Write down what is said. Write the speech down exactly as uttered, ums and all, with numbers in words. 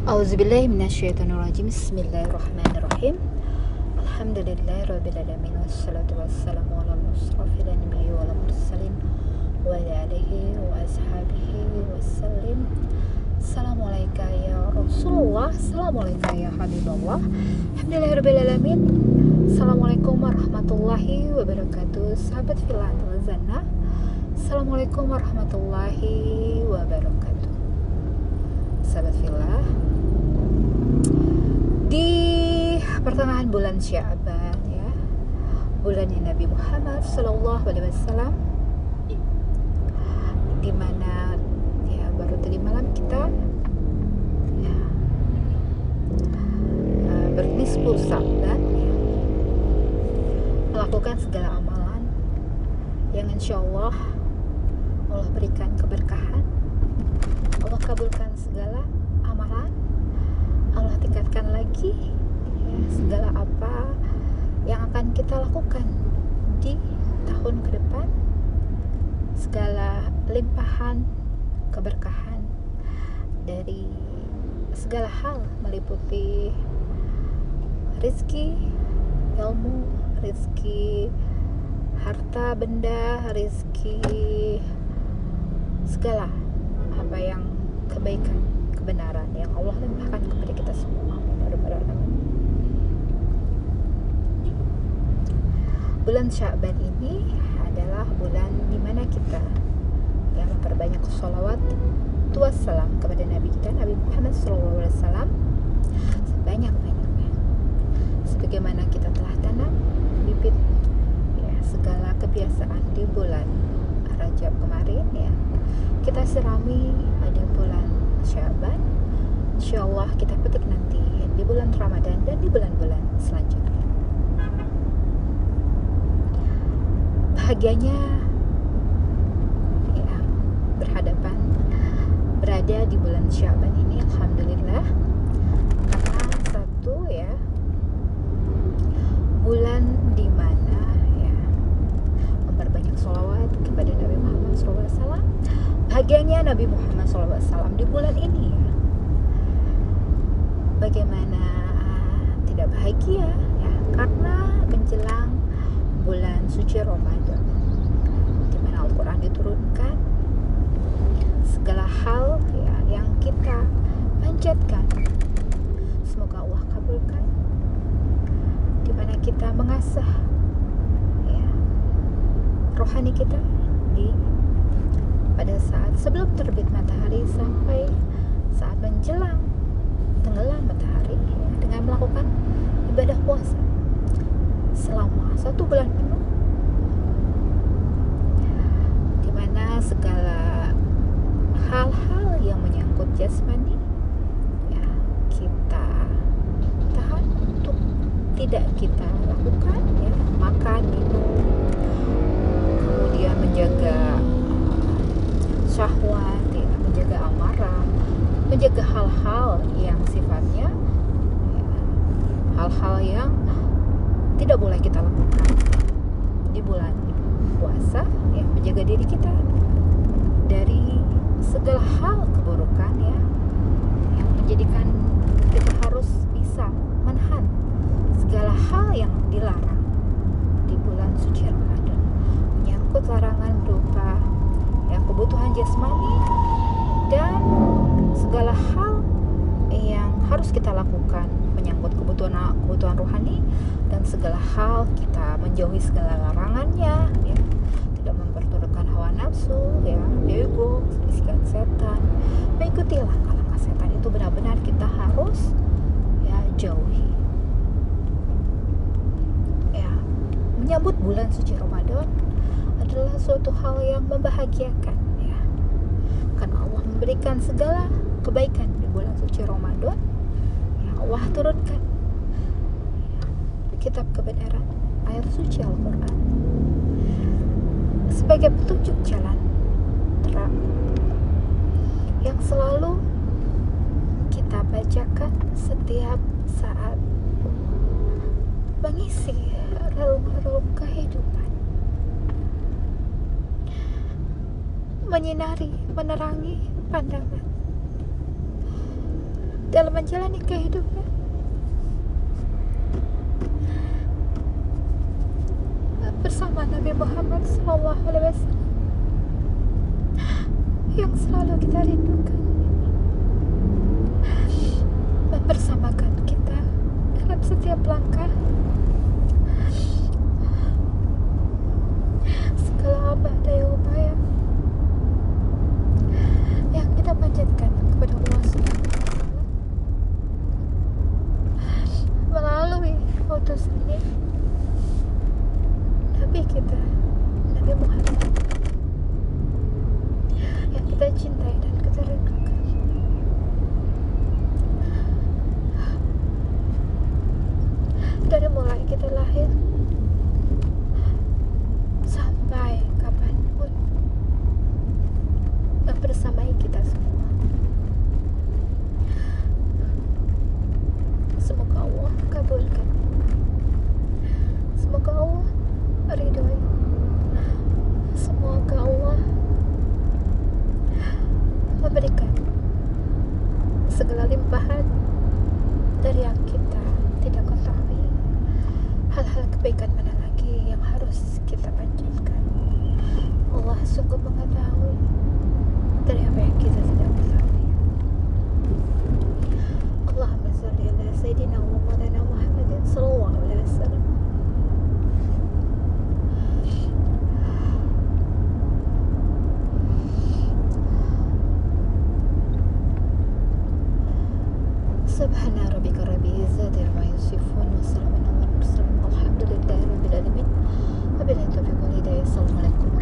Auzubillahi minasyaitonirrajim. Bismillahirrahmanirrahim. Alhamdulillahirabbil alamin wassalatu wassalamu ala asyrafil anbiya'i wal mursalin wa ala alihi wa ashabihi wasallim. Assalamualaikum ya Rasulullah, assalamualaikum ya Habibullah. Alhamdulillahirabbil alamin. Assalamualaikum warahmatullahi wabarakatuh. Sahabat fillah wazanna. Assalamualaikum warahmatullahi wabarakatuh. Sahabat fillah, di pertengahan bulan Sya'ban ya, bulannya Nabi Muhammad Sallallahu Alaihi Wasallam, di mana ya baru tadi malam kita ya, uh, bernisfu Sya'ban ya, melakukan segala amalan yang insya Allah Allah berikan keberkahan, Allah kabulkan segala amalan, Allah tingkatkan lagi ya, segala apa yang akan kita lakukan di tahun ke depan, segala limpahan keberkahan dari segala hal, meliputi rizki, ilmu, rizki harta benda, rizki segala apa yang kebaikan, kebenaran yang Allah limpahkan kepada kita semua. Bulan Sya'ban ini adalah bulan di mana kita yang memperbanyak sholawat wassalam kepada Nabi kita Nabi Muhammad shallallahu alaihi wasallam sebanyak-banyaknya, sebagaimana kita telah tanam bibit ya, segala kebiasaan di bulan Rajab kemarin ya, kita sirami ada bulan Sya'ban, insyaallah kita petik nanti di bulan Ramadan dan di bulan-bulan selanjutnya. Bahagianya ya, berhadapan berada di bulan Sya'ban ini, alhamdulillah, karena satu ya bulan di mana ya memperbanyak sholawat kepada Nabi Muhammad shallallahu alaihi wasallam. Bahagianya Nabi Muhammad shallallahu alaihi wasallam di bulan ini ya, bagaimana tidak bahagia ya, karena menjelang bulan suci Ramadan di mana Al-Quran diturunkan, segala hal ya yang kita panjatkan semoga Allah kabulkan, di mana kita mengasah ya rohani kita di pada saat sebelum terbit matahari sampai saat menjelang tenggelam matahari ya, dengan melakukan ibadah puasa selama satu bulan penuh, di mana segala hal-hal yang menyangkut jasmani ya kita tahan untuk tidak kita lakukan ya, makan, minum, kemudian menjaga syahwat ya, menjaga amarah, menjaga hal-hal yang sifatnya ya, hal-hal yang tidak boleh kita lakukan di bulan puasa ya, menjaga diri kita dari segala hal keburukan ya, yang menjadikan kita harus bisa menahan segala hal yang dilarang di bulan suci Ramadan, menyangkut larangan berupa yang kebutuhan jasmani dan segala hal yang harus kita lakukan menyangkut kebutuhan kebutuhan rohani, dan segala hal kita menjauhi segala larangannya ya, tidak memperturutkan hawa nafsu ya, ego, bisikan setan, mengikuti langkah-langkah setan itu benar-benar kita harus ya jauhi ya. Menyambut bulan suci Ramadan adalah suatu hal yang membahagiakan ya, karena Allah memberikan segala kebaikan di bulan suci Ramadan ya, Allah turunkan kitab kebenaran, ayat suci Al-Quran sebagai petunjuk jalan terang yang selalu kita bacakan setiap saat, mengisi relung-relung kehidupan, menyinari, menerangi pandangan dalam menjalani kehidupan. Bersama Nabi Muhammad Sallallahu Alaihi Wasallam yang selalu kita rindukan, mempersamakan kita dalam setiap langkah, segala apa daya upaya yang kita panjatkan kepada Allah Subhanahu wa Ta'ala melalui utusannya Nabi kita, Nabi Muhammad yang kita cintai dan kita rindukan. Dari mulai kita lahir sampai kapanpun membersamai kita semua. Semoga Allah kabulkan, semoga Allah ridhoi, semoga Allah memberikan segala limpahan dari yang kita tidak ketahui. Hal-hal kebaikan mana lagi yang harus kita panjatkan? Allah sungguh mengetahui dari apa yang kita tidak ketahui. Allahumma shalli ala sayyidina wa maulana Muhammadin sallallahu alaihi wasallam. Subhana rabbika rabbil izzati amma yasifun wa salamun alal mursalin walhamdulillahi rabbil alamin. Wabillahi taufiq wal hidayah. Assalamualaikum.